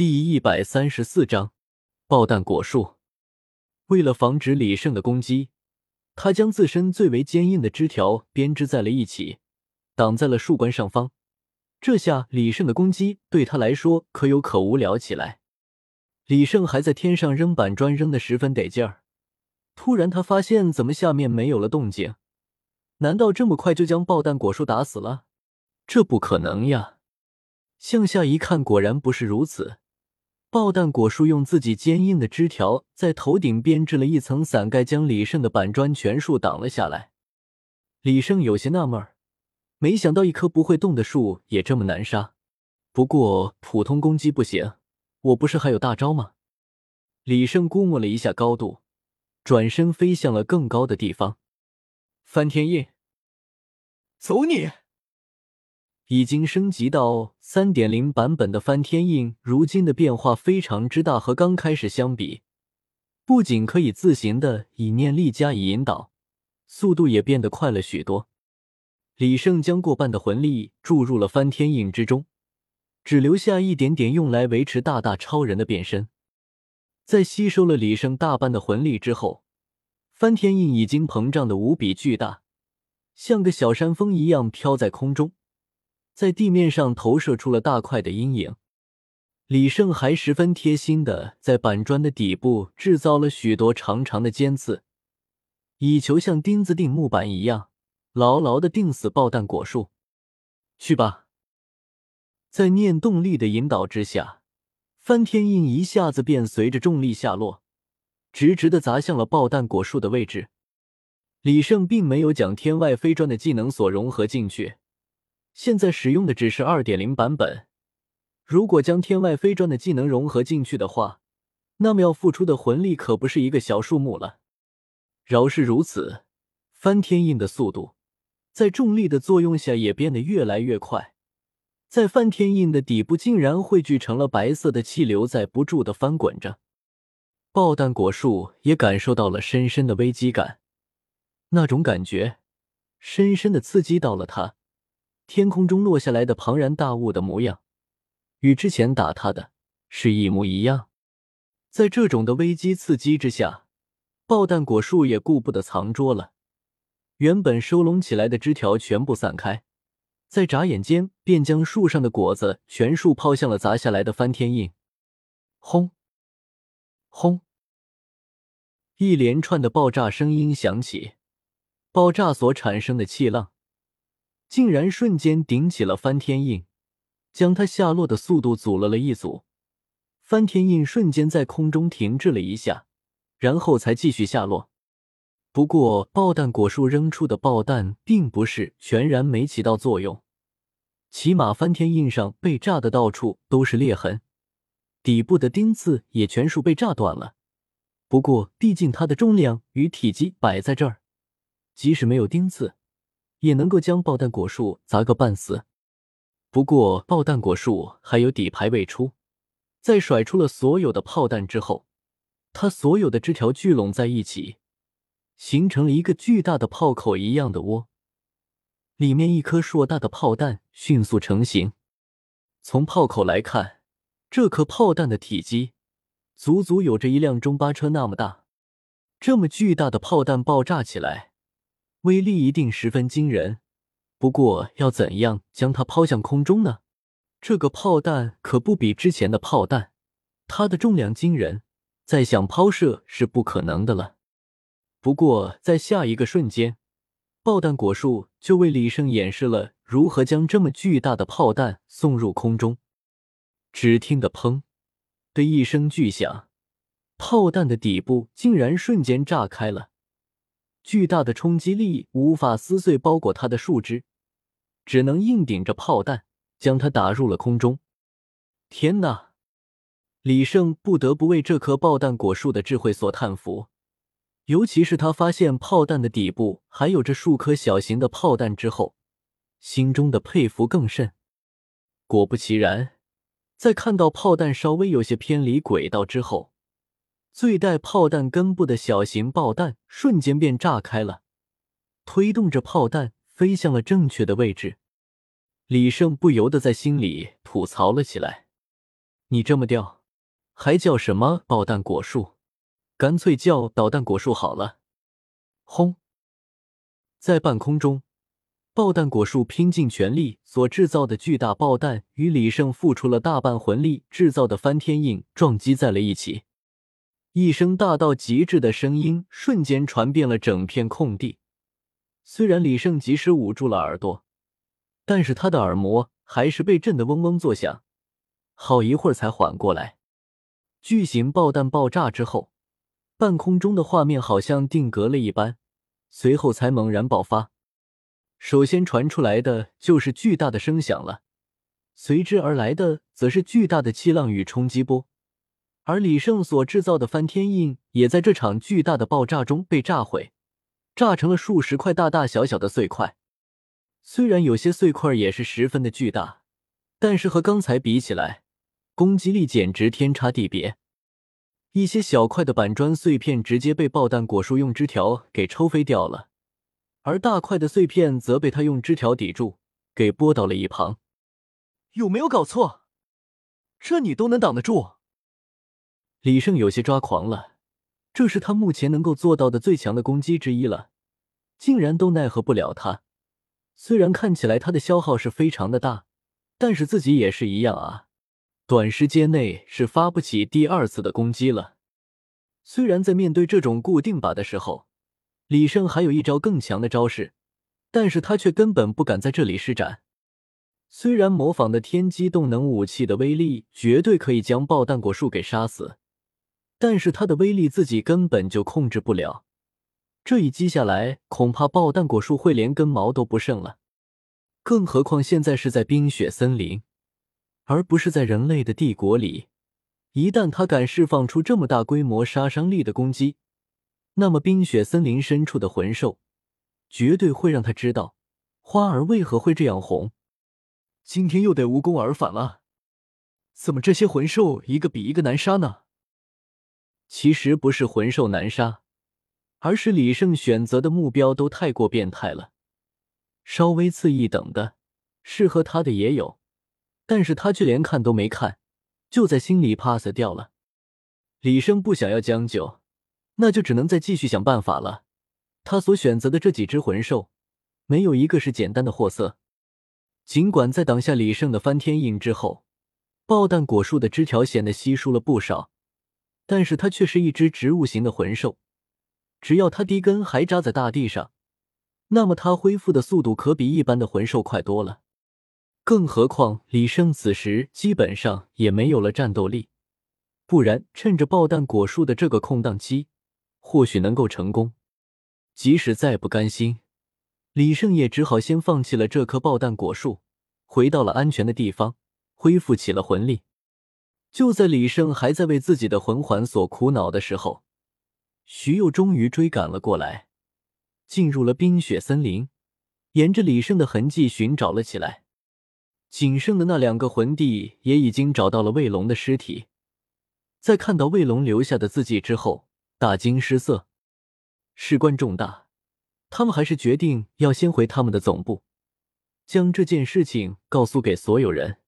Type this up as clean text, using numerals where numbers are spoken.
第134章爆弹果树。为了防止李胜的攻击，他将自身最为坚硬的枝条编织在了一起，挡在了树冠上方。这下李胜的攻击对他来说可有可无聊起来。李胜还在天上扔板砖扔得十分得劲儿，突然他发现怎么下面没有了动静，难道这么快就将爆弹果树打死了？这不可能呀！向下一看，果然不是如此。爆弹果树用自己坚硬的枝条在头顶编织了一层伞盖，将李胜的板砖全数挡了下来。李胜有些纳闷儿，没想到一棵不会动的树也这么难杀。不过普通攻击不行，我不是还有大招吗？李胜估摸了一下高度，转身飞向了更高的地方。翻天印， 走你！ 已经升级到 3.0 版本的翻天印，如今的变化非常之大，和刚开始相比，不仅可以自行的以念力加以引导，速度也变得快了许多。李胜将过半的魂力注入了翻天印之中，只留下一点点用来维持大大超人的变身。在吸收了李胜大半的魂力之后，翻天印已经膨胀得无比巨大，像个小山峰一样飘在空中，在地面上投射出了大块的阴影。李胜还十分贴心地在板砖的底部制造了许多长长的尖刺，以求像钉子钉木板一样牢牢地钉死爆弹果树。去吧！在念动力的引导之下，翻天印一下子便随着重力下落，直直地砸向了爆弹果树的位置。李胜并没有将天外飞砖的技能所融合进去，现在使用的只是 2.0 版本。如果将天外飞砖的技能融合进去的话，那么要付出的魂力可不是一个小数目了。饶是如此，翻天印的速度在重力的作用下也变得越来越快，在翻天印的底部竟然汇聚成了白色的气流，在不住地翻滚着。爆弹果树也感受到了深深的危机感，那种感觉深深地刺激到了他。天空中落下来的庞然大物的模样，与之前打他的是一模一样。在这种的危机刺激之下，爆弹果树也顾不得藏拙了，原本收拢起来的枝条全部散开，在眨眼间便将树上的果子全数抛向了砸下来的翻天印。轰！轰！一连串的爆炸声音响起，爆炸所产生的气浪竟然瞬间顶起了翻天印，将它下落的速度阻了一阻。翻天印瞬间在空中停滞了一下，然后才继续下落。不过爆弹果树扔出的爆弹并不是全然没起到作用，起码翻天印上被炸的到处都是裂痕，底部的钉刺也全数被炸断了。不过毕竟它的重量与体积摆在这儿，即使没有钉刺也能够将爆弹果树砸个半死。不过爆弹果树还有底牌未出，在甩出了所有的炮弹之后，它所有的枝条聚拢在一起，形成了一个巨大的炮口一样的窝，里面一颗硕大的炮弹迅速成型。从炮口来看，这颗炮弹的体积足足有着一辆中巴车那么大。这么巨大的炮弹爆炸起来，威力一定十分惊人。不过要怎样将它抛向空中呢？这个炮弹可不比之前的炮弹，它的重量惊人，再想抛射是不可能的了。不过在下一个瞬间，爆弹果树就为李胜演示了如何将这么巨大的炮弹送入空中。只听得砰的一声巨响，炮弹的底部竟然瞬间炸开了，巨大的冲击力无法撕碎包裹它的树枝，只能硬顶着炮弹将它打入了空中。天哪！李胜不得不为这棵爆弹果树的智慧所叹服，尤其是他发现炮弹的底部还有着数颗小型的炮弹之后，心中的佩服更甚。果不其然，在看到炮弹稍微有些偏离轨道之后，最带炮弹根部的小型爆弹瞬间便炸开了，推动着炮弹飞向了正确的位置。李胜不由得在心里吐槽了起来。 你这么吊，还叫什么爆弹果树？干脆叫导弹果树好了。轰！在半空中，爆弹果树拼尽全力所制造的巨大爆弹与李胜付出了大半魂力制造的翻天印撞击在了一起，一声大到极致的声音瞬间传遍了整片空地。虽然李胜及时捂住了耳朵，但是他的耳膜还是被震得嗡嗡作响，好一会儿才缓过来。巨型爆弹爆炸之后，半空中的画面好像定格了一般，随后才猛然爆发。首先传出来的就是巨大的声响了，随之而来的则是巨大的气浪与冲击波，而李胜所制造的翻天印也在这场巨大的爆炸中被炸毁，炸成了数十块大大小小的碎块。虽然有些碎块也是十分的巨大，但是和刚才比起来，攻击力简直天差地别。一些小块的板砖碎片直接被爆弹果树用枝条给抽飞掉了，而大块的碎片则被他用枝条抵住，给拨到了一旁。 有没有搞错？这你都能挡得住？ 李胜有些抓狂了，这是他目前能够做到的最强的攻击之一了，竟然都奈何不了他。虽然看起来他的消耗是非常的大，但是自己也是一样啊，短时间内是发不起第二次的攻击了。虽然在面对这种固定靶的时候，李胜还有一招更强的招式，但是他却根本不敢在这里施展。虽然模仿的天机动能武器的威力绝对可以将爆弹果树给杀死，但是他的威力自己根本就控制不了，这一击下来，恐怕爆弹果树会连根毛都不剩了。更何况现在是在冰雪森林，而不是在人类的帝国里。一旦他敢释放出这么大规模杀伤力的攻击，那么冰雪森林深处的魂兽绝对会让他知道花儿为何会这样红。 今天又得无功而返了，怎么这些魂兽一个比一个难杀呢？ 其实不是魂兽难杀，而是李胜选择的目标都太过变态了。稍微次一等的，适合他的也有，但是他却连看都没看，就在心里 pass 掉了。李胜不想要将就，那就只能再继续想办法了。他所选择的这几只魂兽，没有一个是简单的货色。尽管在挡下李胜的翻天印之后，爆弹果树的枝条显得稀疏了不少，但是它却是一只植物型的魂兽，只要它滴根还扎在大地上，那么它恢复的速度可比一般的魂兽快多了。更何况李胜此时基本上也没有了战斗力，不然趁着爆弹果树的这个空档期，或许能够成功。即使再不甘心，李胜也只好先放弃了这棵爆弹果树，回到了安全的地方，恢复起了魂力。就在李胜还在为自己的魂环所苦恼的时候，徐佑终于追赶了过来，进入了冰雪森林，沿着李胜的痕迹寻找了起来。仅剩的那两个魂帝也已经找到了卫龙的尸体，在看到卫龙留下的字迹之后，大惊失色。事关重大，他们还是决定要先回他们的总部，将这件事情告诉给所有人。